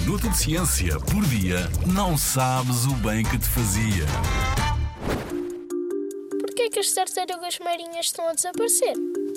minuto de ciência por dia, não sabes o bem que te fazia. Porquê é que as tartarugas marinhas estão a desaparecer?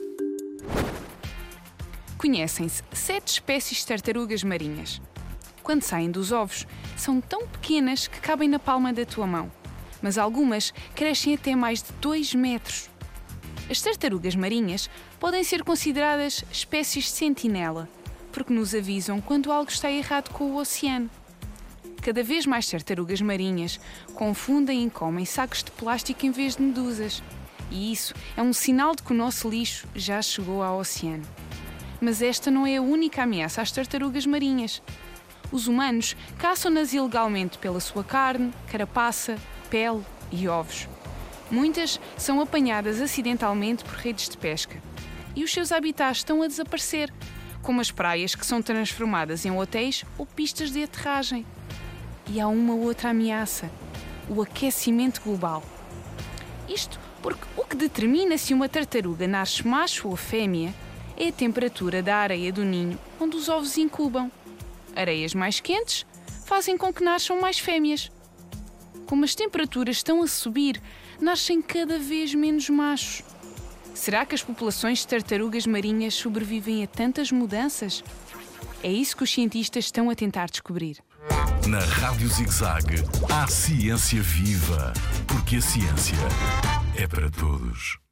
Conhecem-se 7 espécies de tartarugas marinhas. Quando saem dos ovos, são tão pequenas que cabem na palma da tua mão, mas algumas crescem até mais de 2 metros. As tartarugas marinhas podem ser consideradas espécies sentinela, porque nos avisam quando algo está errado com o oceano. Cada vez mais tartarugas marinhas confundem e comem sacos de plástico em vez de medusas, e isso é um sinal de que o nosso lixo já chegou ao oceano. Mas esta não é a única ameaça às tartarugas marinhas. Os humanos caçam-nas ilegalmente pela sua carne, carapaça, pele e ovos. Muitas são apanhadas acidentalmente por redes de pesca. E os seus habitats estão a desaparecer, como as praias que são transformadas em hotéis ou pistas de aterragem. E há uma outra ameaça: o aquecimento global. Isto porque o que determina se uma tartaruga nasce macho ou fêmea é a temperatura da areia do ninho onde os ovos incubam. Areias mais quentes fazem com que nasçam mais fêmeas. Como as temperaturas estão a subir, nascem cada vez menos machos. Será que as populações de tartarugas marinhas sobrevivem a tantas mudanças? É isso que os cientistas estão a tentar descobrir. Na Rádio Zig-Zag, há ciência viva, porque a ciência é para todos.